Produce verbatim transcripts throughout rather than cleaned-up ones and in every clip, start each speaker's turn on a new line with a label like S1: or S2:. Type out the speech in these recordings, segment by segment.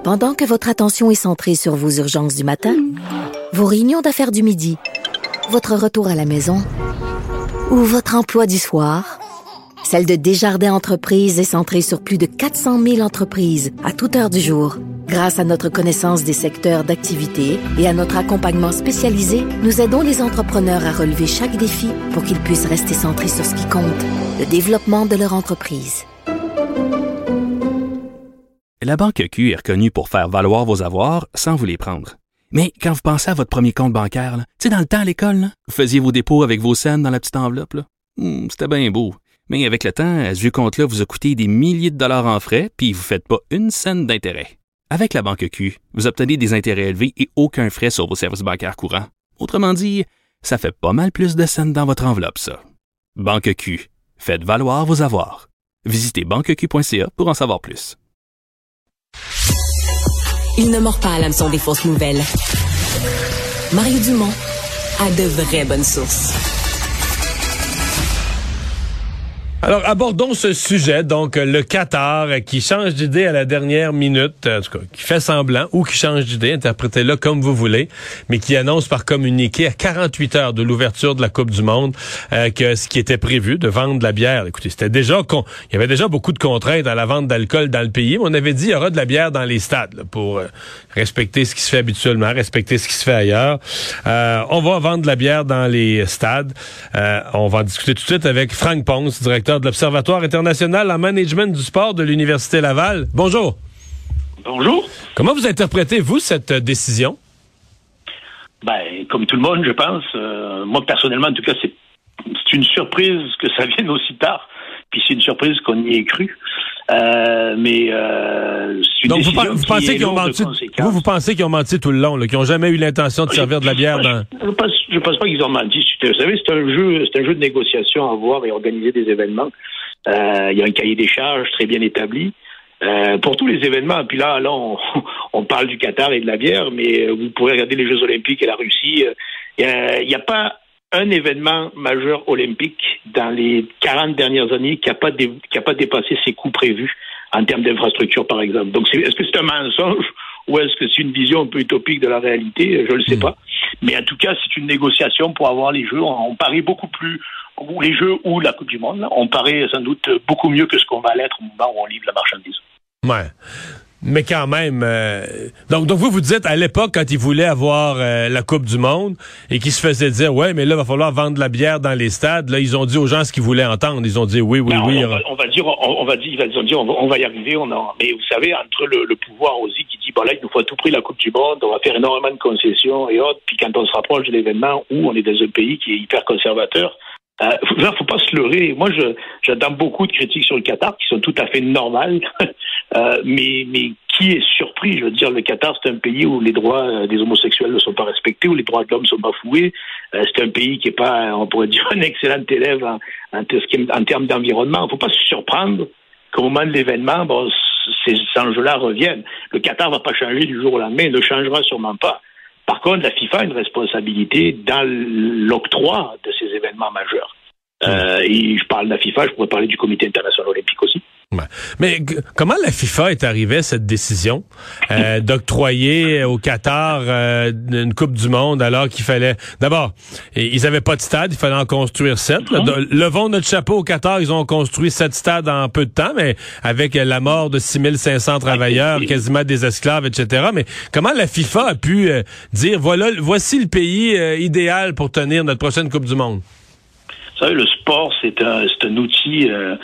S1: Pendant que votre attention est centrée sur vos urgences du matin, vos réunions d'affaires du midi, votre retour à la maison ou votre emploi du soir, celle de Desjardins Entreprises est centrée sur plus de quatre cent mille entreprises à toute heure du jour. Grâce à notre connaissance des secteurs d'activité et à notre accompagnement spécialisé, nous aidons les entrepreneurs à relever chaque défi pour qu'ils puissent rester centrés sur ce qui compte, le développement de leur entreprise.
S2: La Banque Q est reconnue pour faire valoir vos avoirs sans vous les prendre. Mais quand vous pensez à votre premier compte bancaire, tu sais, dans le temps à l'école, là, vous faisiez vos dépôts avec vos scènes dans la petite enveloppe. Là. Hum, c'était bien beau. Mais avec le temps, ce vieux compte-là vous a coûté des milliers de dollars en frais, puis vous ne faites pas une scène d'intérêt. Avec la Banque Q, vous obtenez des intérêts élevés et aucun frais sur vos services bancaires courants. Autrement dit, ça fait pas mal plus de scènes dans votre enveloppe, ça. Banque Q. Faites valoir vos avoirs. Visitez banque q point c a pour en savoir plus.
S3: Il ne mord pas à l'hameçon des fausses nouvelles. Mario Dumont a de vraies bonnes sources.
S4: Alors, abordons ce sujet, donc le Qatar qui change d'idée à la dernière minute, en tout cas, qui fait semblant ou qui change d'idée, interprétez-le comme vous voulez, mais qui annonce par communiqué à quarante-huit heures de l'ouverture de la Coupe du Monde euh, que ce qui était prévu de vendre de la bière, écoutez, c'était déjà, con... il y avait déjà beaucoup de contraintes à la vente d'alcool dans le pays, mais on avait dit il y aura de la bière dans les stades là, pour euh, respecter ce qui se fait habituellement, respecter ce qui se fait ailleurs. Euh, on va vendre de la bière dans les stades. Euh, on va en discuter tout de suite avec Franck Ponce, directeur de l'Observatoire international en management du sport de l'Université Laval. Bonjour.
S5: Bonjour.
S4: Comment vous interprétez, vous, cette décision?
S5: Ben, comme tout le monde, je pense. Euh, moi, personnellement, en tout cas, c'est, c'est une surprise que ça vienne aussi tard. Puis c'est une surprise qu'on y ait cru. Euh, mais euh, c'est une
S4: Donc,
S5: décision
S4: vous, vous
S5: qui
S4: pensez
S5: est
S4: qu'ils ont
S5: lourde
S4: menti,
S5: de conséquences.
S4: vous, vous pensez qu'ils ont menti tout le long, là, qu'ils n'ont jamais eu l'intention de
S5: je,
S4: servir de la bière
S5: je,
S4: dans...
S5: Je pense, je pense pas qu'ils ont menti. Vous savez, c'est un jeu, c'est un jeu de négociation à avoir et organiser des événements. Euh, il y a un cahier des charges très bien établi. Euh, pour tous les événements, puis là, là on, on parle du Qatar et de la bière, mais vous pourrez regarder les Jeux Olympiques et la Russie. Il n'y a, a pas un événement majeur olympique dans les quarante dernières années qui n'a pas, dé, qui a pas dépassé ses coûts prévus en termes d'infrastructure, par exemple. Donc, c'est, est-ce que c'est un mensonge ou est-ce que c'est une vision un peu utopique de la réalité? Je ne le sais mmh. pas. Mais en tout cas, c'est une négociation pour avoir les Jeux. On, on parie beaucoup plus, ou les Jeux ou la Coupe du Monde. Là, on parie sans doute beaucoup mieux que ce qu'on va l'être au moment où on livre la marchandise.
S4: Ouais. Mais quand même, euh, donc, donc vous vous dites, à l'époque, quand ils voulaient avoir euh, la Coupe du Monde et qu'ils se faisaient dire, ouais, mais là, il va falloir vendre de la bière dans les stades, là, ils ont dit aux gens ce qu'ils voulaient entendre. Ils ont dit, oui, oui,
S5: non,
S4: oui.
S5: On va, on va dire, on, on va dire, ils vont dire, on va, on va y arriver. On a, mais vous savez, entre le, le pouvoir aussi qui dit, bon là, il nous faut à tout prix la Coupe du Monde, on va faire énormément de concessions et autres, puis quand on se rapproche de l'événement où on est dans un pays qui est hyper conservateur, Euh, là, faut pas se leurrer. Moi, je, j'entends beaucoup de critiques sur le Qatar qui sont tout à fait normales, euh, mais, mais qui est surpris? Je veux dire, le Qatar, c'est un pays où les droits des homosexuels ne sont pas respectés, où les droits de l'homme ne sont bafoués. Euh, c'est un pays qui est pas, on pourrait dire, un excellent élève en, en, en termes d'environnement. Faut pas se surprendre qu'au moment de l'événement, bon, ces enjeux-là reviennent. Le Qatar va pas changer du jour au lendemain, il ne changera sûrement pas. Par contre, la FIFA a une responsabilité dans l'octroi de ces événements majeurs. Euh, et je parle de la FIFA, je pourrais parler du Comité international olympique aussi.
S4: Ouais. Mais g- comment la FIFA est arrivée à cette décision euh, d'octroyer au Qatar euh, une Coupe du Monde alors qu'il fallait... D'abord, ils n'avaient pas de stade, il fallait en construire sept. Là. Mm-hmm. Levons notre chapeau au Qatar, ils ont construit sept stades en peu de temps, mais avec la mort de six mille cinq cents travailleurs, ouais, quasiment des esclaves, et cetera. Mais comment la FIFA a pu euh, dire, voilà, voici le pays euh, idéal pour tenir notre prochaine Coupe du Monde?
S5: Vous savez, le sport, c'est un, c'est un outil... Euh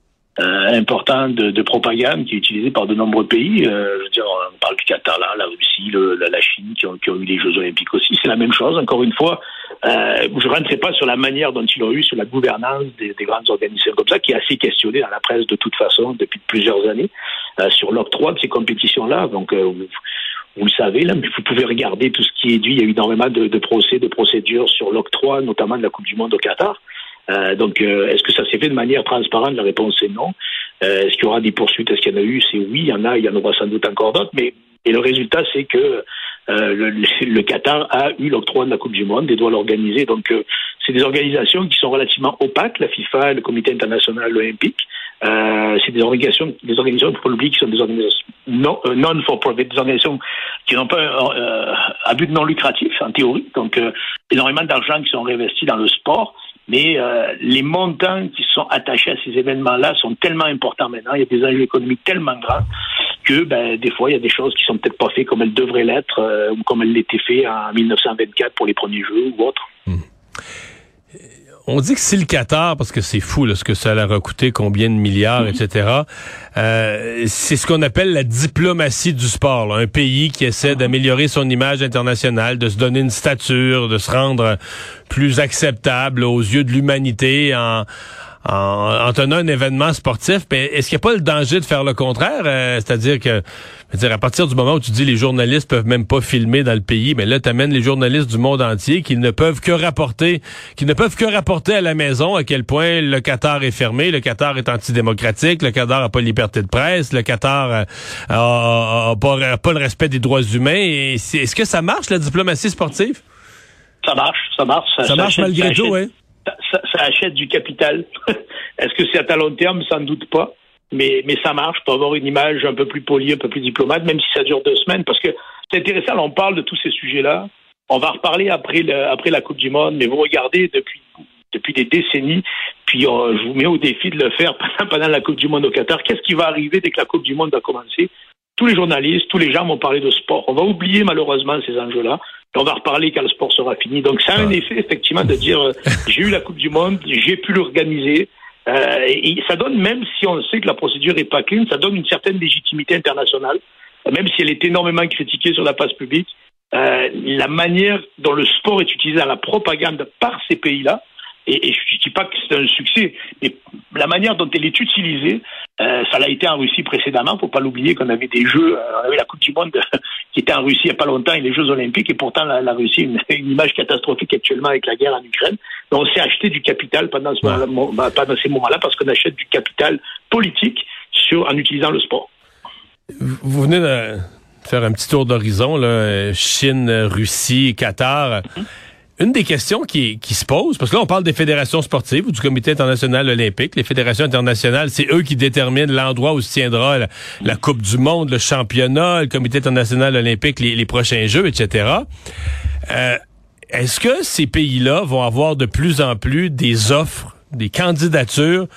S5: Euh, important de, de propagande qui est utilisé par de nombreux pays. Euh, je veux dire, on parle du Qatar, là, la Russie, le, la, la Chine, qui ont, qui ont eu les Jeux Olympiques aussi. C'est la même chose. Encore une fois, euh, je ne rentrerai pas sur la manière dont ils l'ont eu, sur la gouvernance des, des grandes organisations comme ça, qui est assez questionnée dans la presse de toute façon depuis plusieurs années, euh, sur l'octroi de ces compétitions-là. Donc, euh, vous, vous le savez, là, mais vous pouvez regarder tout ce qui est dit. Il y a eu énormément de, de procès, de procédures sur l'octroi, notamment de la Coupe du Monde au Qatar. Euh, donc, euh, est-ce que ça s'est fait de manière transparente? La réponse est non. Euh, est-ce qu'il y aura des poursuites? Est-ce qu'il y en a eu? C'est oui, il y en a, il y en aura sans doute encore d'autres. Mais et le résultat, c'est que euh, le, le Qatar a eu l'octroi de la Coupe du Monde et doit l'organiser. Donc, euh, c'est des organisations qui sont relativement opaques, la FIFA, le Comité international olympique. Euh, c'est des organisations, des organisations, il faut l'oublier, qui sont des organisations non, euh, non for profit, des organisations qui n'ont pas euh, un but non lucratif en théorie. Donc euh, énormément d'argent qui sont réinvestis dans le sport. Mais euh, les montants qui sont attachés à ces événements-là sont tellement importants maintenant, il y a des enjeux économiques tellement grands que ben, des fois, il y a des choses qui sont peut-être pas faites comme elles devraient l'être euh, ou comme elles l'étaient faites en dix-neuf cent vingt-quatre pour les premiers Jeux ou autres.
S4: Hum. On dit que si le Qatar, parce que c'est fou là, ce que ça leur a coûté, combien de milliards, mmh. et cetera, euh, c'est ce qu'on appelle la diplomatie du sport. Là. Un pays qui essaie d'améliorer son image internationale, de se donner une stature, de se rendre plus acceptable aux yeux de l'humanité en... En, en tenant un événement sportif, mais est-ce qu'il n'y a pas le danger de faire le contraire? Euh, c'est-à-dire que, je veux dire, à partir du moment où tu dis les journalistes peuvent même pas filmer dans le pays, mais là, tu amènes les journalistes du monde entier qui ne peuvent que rapporter, qui ne peuvent que rapporter à la maison à quel point le Qatar est fermé, le Qatar est antidémocratique, le Qatar n'a pas de liberté de presse, le Qatar euh, a, a, pas, a pas le respect des droits humains. Et est-ce que ça marche, la diplomatie sportive?
S5: Ça marche, ça marche. Ça,
S4: ça,
S5: ça
S4: marche
S5: achète,
S4: malgré
S5: ça
S4: tout,
S5: achète,
S4: oui.
S5: Ça, ça, ça achète du capital. Est-ce que c'est à long terme? Sans doute pas. Mais, mais ça marche pour avoir une image un peu plus polie, un peu plus diplomate, même si ça dure deux semaines. Parce que c'est intéressant, là, on parle de tous ces sujets-là. On va reparler après, le, après la Coupe du Monde, mais vous regardez depuis, depuis des décennies, puis on, je vous mets au défi de le faire pendant, pendant la Coupe du Monde au Qatar. Qu'est-ce qui va arriver dès que la Coupe du Monde va commencer? Tous les journalistes, tous les gens vont parler de sport. On va oublier malheureusement ces enjeux-là. Et on va reparler quand le sport sera fini. Donc ça a un effet effectivement de dire euh, j'ai eu la Coupe du Monde, j'ai pu l'organiser. Euh, et ça donne, même si on sait que la procédure est pas clean, ça donne une certaine légitimité internationale, même si elle est énormément critiquée sur la place publique. Euh, la manière dont le sport est utilisé dans la propagande par ces pays-là, et, et je ne dis pas que c'est un succès, mais la manière dont elle est utilisée, euh, ça l'a été en Russie précédemment. Il ne faut pas l'oublier qu'on avait des Jeux, euh, on avait la Coupe du Monde qui était en Russie il n'y a pas longtemps et les Jeux Olympiques, et pourtant la, la Russie a une, une image catastrophique actuellement avec la guerre en Ukraine. Donc on s'est acheté du capital pendant, ce ouais. moment, pendant ces moments-là parce qu'on achète du capital politique sur, en utilisant le sport.
S4: Vous venez de faire un petit tour d'horizon, là, Chine, Russie, Qatar. Mm-hmm. Une des questions qui, qui se pose, parce que là, on parle des fédérations sportives ou du Comité international olympique. Les fédérations internationales, c'est eux qui déterminent l'endroit où se tiendra la, la Coupe du monde, le championnat, le Comité international olympique, les, les prochains Jeux, et cetera. Euh, est-ce que ces pays-là vont avoir de plus en plus des offres, des candidatures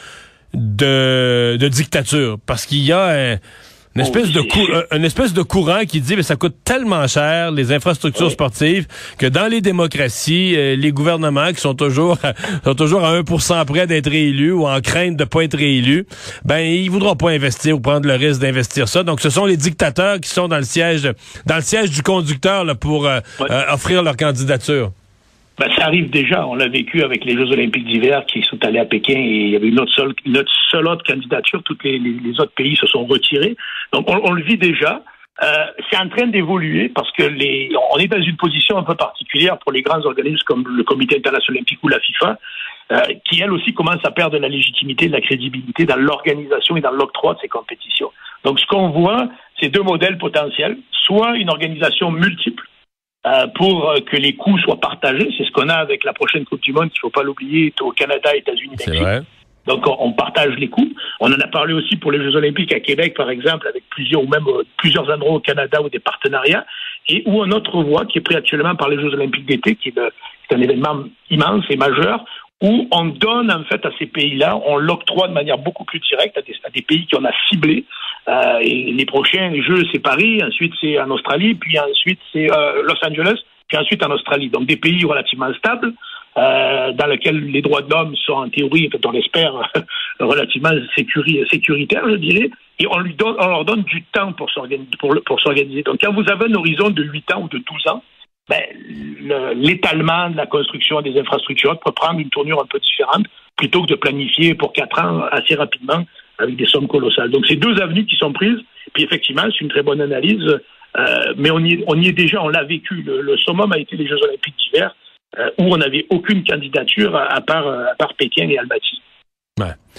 S4: de, de dictature? Parce qu'il y a un... Une espèce, de cou- une espèce de courant qui dit que ça coûte tellement cher, les infrastructures oui. sportives, que dans les démocraties, euh, les gouvernements qui sont toujours sont toujours à un pour cent près d'être réélus ou en crainte de pas être réélus, ben ils voudront pas investir ou prendre le risque d'investir ça. Donc ce sont les dictateurs qui sont dans le siège dans le siège du conducteur là, pour euh, oui. euh, offrir leur candidature.
S5: Ben, ça arrive déjà. On l'a vécu avec les Jeux olympiques d'hiver qui sont allés à Pékin et il y avait une autre seule, une autre, seule autre candidature. Tous les, les, les autres pays se sont retirés. Donc, on, on le vit déjà. Euh, c'est en train d'évoluer parce que les, on est dans une position un peu particulière pour les grands organismes comme le Comité international olympique ou la FIFA, euh, qui, elle aussi, commence à perdre de la légitimité, de la crédibilité dans l'organisation et dans l'octroi de ces compétitions. Donc, ce qu'on voit, c'est deux modèles potentiels. Soit une organisation multiple, Euh, pour euh, que les coûts soient partagés. C'est ce qu'on a avec la prochaine Coupe du Monde, il ne faut pas l'oublier, au Canada, États-Unis, Mexique. Donc, on, on partage les coûts. On en a parlé aussi pour les Jeux Olympiques à Québec, par exemple, avec plusieurs, ou même euh, plusieurs endroits au Canada ou des partenariats, et où un autre voie qui est pris actuellement par les Jeux Olympiques d'été, qui est, de, qui est un événement immense et majeur, où on donne, en fait, à ces pays-là, on l'octroie de manière beaucoup plus directe à des, à des pays qu'on a ciblés. Euh, et les prochains Jeux, c'est Paris, ensuite c'est en Australie, puis ensuite c'est euh, Los Angeles, puis ensuite en Australie. Donc des pays relativement stables, euh, dans lesquels les droits de l'homme sont en théorie, en fait, on l'espère, relativement sécuri- sécuritaires, je dirais, et on, lui donne, on leur donne du temps pour s'organiser, pour, pour s'organiser. Donc quand vous avez un horizon de huit ans ou de douze ans, ben, le, l'étalement de la construction des infrastructures peut prendre une tournure un peu différente, plutôt que de planifier pour quatre ans assez rapidement avec des sommes colossales. Donc, c'est deux avenues qui sont prises. Puis, effectivement, c'est une très bonne analyse. Euh, mais on y, est, on y est déjà, on l'a vécu. Le, le summum a été les Jeux olympiques d'hiver, euh, où on n'avait aucune candidature à, à, part, à part Pékin et Almaty.
S4: Ouais.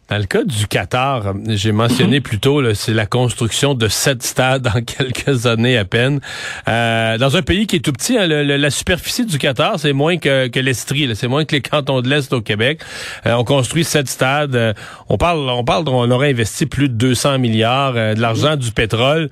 S4: Dans le cas du Qatar, j'ai mentionné plus tôt, là, c'est la construction de sept stades en quelques années à peine. Euh, dans un pays qui est tout petit, hein, le, le, la superficie du Qatar, c'est moins que, que l'Estrie, là, c'est moins que les cantons de l'Est au Québec. Euh, on construit sept stades. Euh, on parle, on parle, on aurait investi plus de deux cents milliards, euh, de l'argent, du pétrole.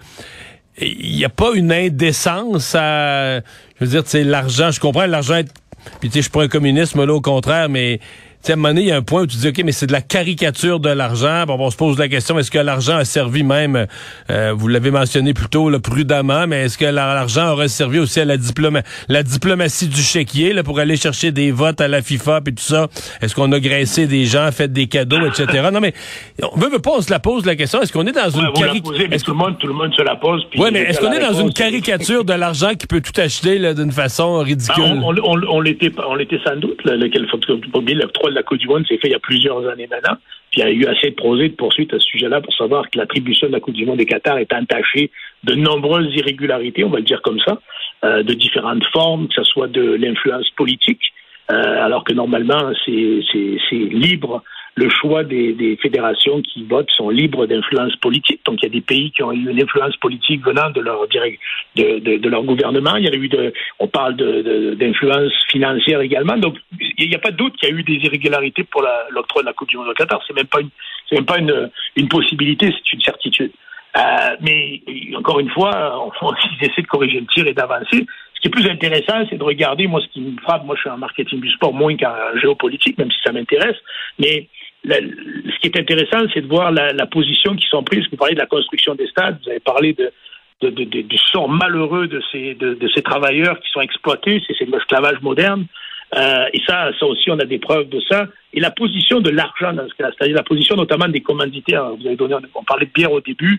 S4: Il n'y a pas une indécence à, je veux dire, tu sais, l'argent, je comprends l'argent, est, puis tu sais, je suis pas un communiste, là, au contraire, mais tu sais, à un moment donné, il y a un point où tu dis, OK, mais c'est de la caricature de l'argent. Bon, on se pose la question, est-ce que l'argent a servi même, euh, vous l'avez mentionné plus tôt, là, prudemment, mais est-ce que l'argent aurait servi aussi à la, diploma- la diplomatie du chéquier, là, pour aller chercher des votes à la FIFA et tout ça? Est-ce qu'on a graissé des gens, fait des cadeaux, et cetera? Non, mais on veut, veut pas, on se la pose la question. Est-ce qu'on est dans
S5: ouais,
S4: une caricature?
S5: Tout le monde, tout le monde se la pose.
S4: Oui, mais est-ce qu'on est dans réponse, une caricature de l'argent qui peut tout acheter, là, d'une façon ridicule?
S5: Ben, on, on, on, on l'était, on l'était sans doute, là, lequel, faut pas oublier, l'octroi de la Coupe du Monde s'est fait il y a plusieurs années maintenant. Puis il y a eu assez de prosées de poursuites à ce sujet-là pour savoir que l'attribution de la Coupe du Monde des Qatar est entachée de nombreuses irrégularités, on va le dire comme ça, euh, de différentes formes, que ce soit de l'influence politique, euh, alors que normalement c'est, c'est, c'est libre. Le choix des, des fédérations qui votent sont libres d'influence politique. Donc, il y a des pays qui ont eu une influence politique venant de leur direct, de, de, de leur gouvernement. Il y a eu de, on parle de, de, d'influence financière également. Donc, il n'y a pas de doute qu'il y a eu des irrégularités pour la, l'octroi de la Coupe du Monde au Qatar. C'est même pas une, c'est même pas une, une possibilité, c'est une certitude. Euh, mais, encore une fois, on, on essaie de corriger le tir et d'avancer. Ce qui est plus intéressant, c'est de regarder, moi, ce qui me frappe, moi, je suis en marketing du sport moins qu'en géopolitique, même si ça m'intéresse, mais La, ce qui est intéressant, c'est de voir la, la position qui sont prises. Vous parlez de la construction des stades, vous avez parlé de, de, de, de, du sort malheureux de ces, de, de ces travailleurs qui sont exploités, c'est, c'est de l'esclavage moderne. Euh, et ça, ça aussi, on a des preuves de ça. Et la position de l'argent dans ce cas-là, c'est-à-dire la position notamment des commanditaires. Vous avez donné, on parlait de bière au début.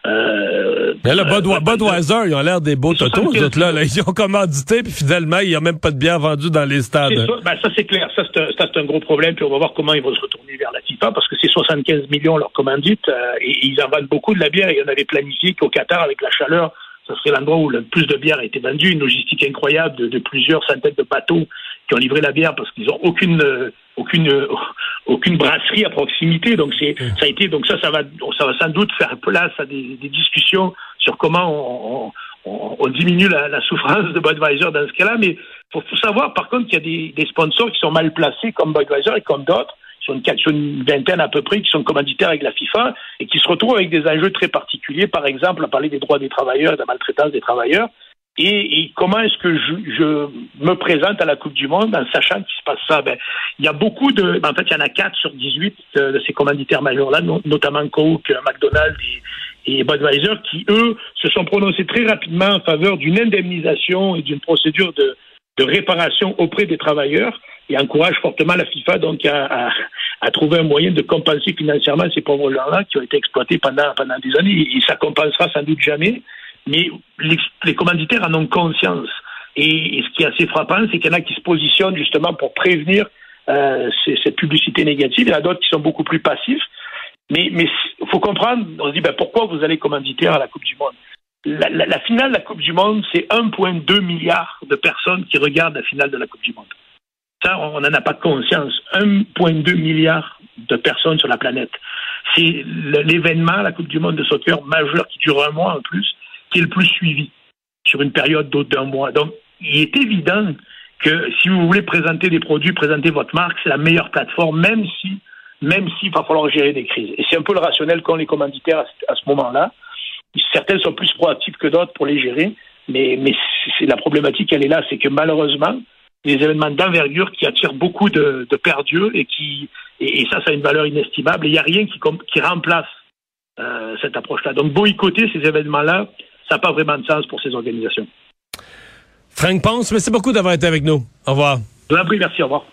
S5: Euh,
S4: Mais là, Budweiser, Budweiser, ils ont l'air des beaux totos, les autres là, là. Ils ont commandité, puis finalement, il n'y a même pas de bière vendue dans les stades.
S5: Ça, ben, ça, c'est clair. Ça c'est, un, ça, c'est un gros problème. Puis on va voir comment ils vont se retourner vers la FIFA, parce que c'est soixante-quinze millions leur commandite, euh, et, et ils en vendent beaucoup de la bière. Et on avait planifié qu'au Qatar, avec la chaleur, ça serait l'endroit où le plus de bière a été vendue. Une logistique incroyable de, de plusieurs centaines de bateaux qui ont livré la bière parce qu'ils n'ont aucune, euh, aucune, euh, aucune brasserie à proximité. Donc c'est, mmh. ça a été, donc ça, ça va, ça va sans doute faire place à des, des discussions sur comment on, on, on diminue la, la souffrance de Budweiser dans ce cas-là. Mais faut, faut savoir, par contre, qu'il y a des, des sponsors qui sont mal placés comme Budweiser et comme d'autres. Sur une, sur une vingtaine à peu près, qui sont commanditaires avec la FIFA et qui se retrouvent avec des enjeux très particuliers. Par exemple, à parler des droits des travailleurs, de la maltraitance des travailleurs. Et, et comment est-ce que je, je me présente à la Coupe du Monde en sachant qu'il se passe ça? Ben, il y a beaucoup de... En fait, il y en a quatre sur dix-huit de, de ces commanditaires majeurs-là, notamment Coke, McDonald's et, et Budweiser, qui, eux, se sont prononcés très rapidement en faveur d'une indemnisation et d'une procédure de, de réparation auprès des travailleurs, et encourage fortement la FIFA donc à, à, à trouver un moyen de compenser financièrement ces pauvres gens-là qui ont été exploités pendant, pendant des années. Et ça compensera sans doute jamais, mais les, les commanditaires en ont conscience. Et, et ce qui est assez frappant, c'est qu'il y en a qui se positionnent justement pour prévenir euh, ces, cette publicité négative. Il y en a d'autres qui sont beaucoup plus passifs. Mais il faut comprendre, on se dit, ben, pourquoi vous allez commanditaire à la Coupe du Monde? La, la, la finale de la Coupe du Monde, c'est un virgule deux milliard de personnes qui regardent la finale de la Coupe du Monde. Ça, on n'en a pas conscience. un virgule deux milliard de personnes sur la planète. C'est l'événement, la Coupe du Monde de soccer majeur qui dure un mois en plus, qui est le plus suivi sur une période d'un mois. Donc, il est évident que si vous voulez présenter des produits, présenter votre marque, c'est la meilleure plateforme, même si, même s'il va falloir gérer des crises. Et c'est un peu le rationnel qu'ont les commanditaires à ce, à ce moment-là. Certains sont plus proactifs que d'autres pour les gérer, mais, mais c'est, la problématique, elle est là, c'est que malheureusement, des événements d'envergure qui attirent beaucoup de, de perdus et qui et, et ça, ça a une valeur inestimable. Et il n'y a rien qui, qui remplace euh, cette approche-là. Donc, boycotter ces événements-là, ça n'a pas vraiment de sens pour ces organisations.
S4: Franck Ponce, merci beaucoup d'avoir été avec nous. Au revoir.
S5: Je vous en prie, merci, au revoir.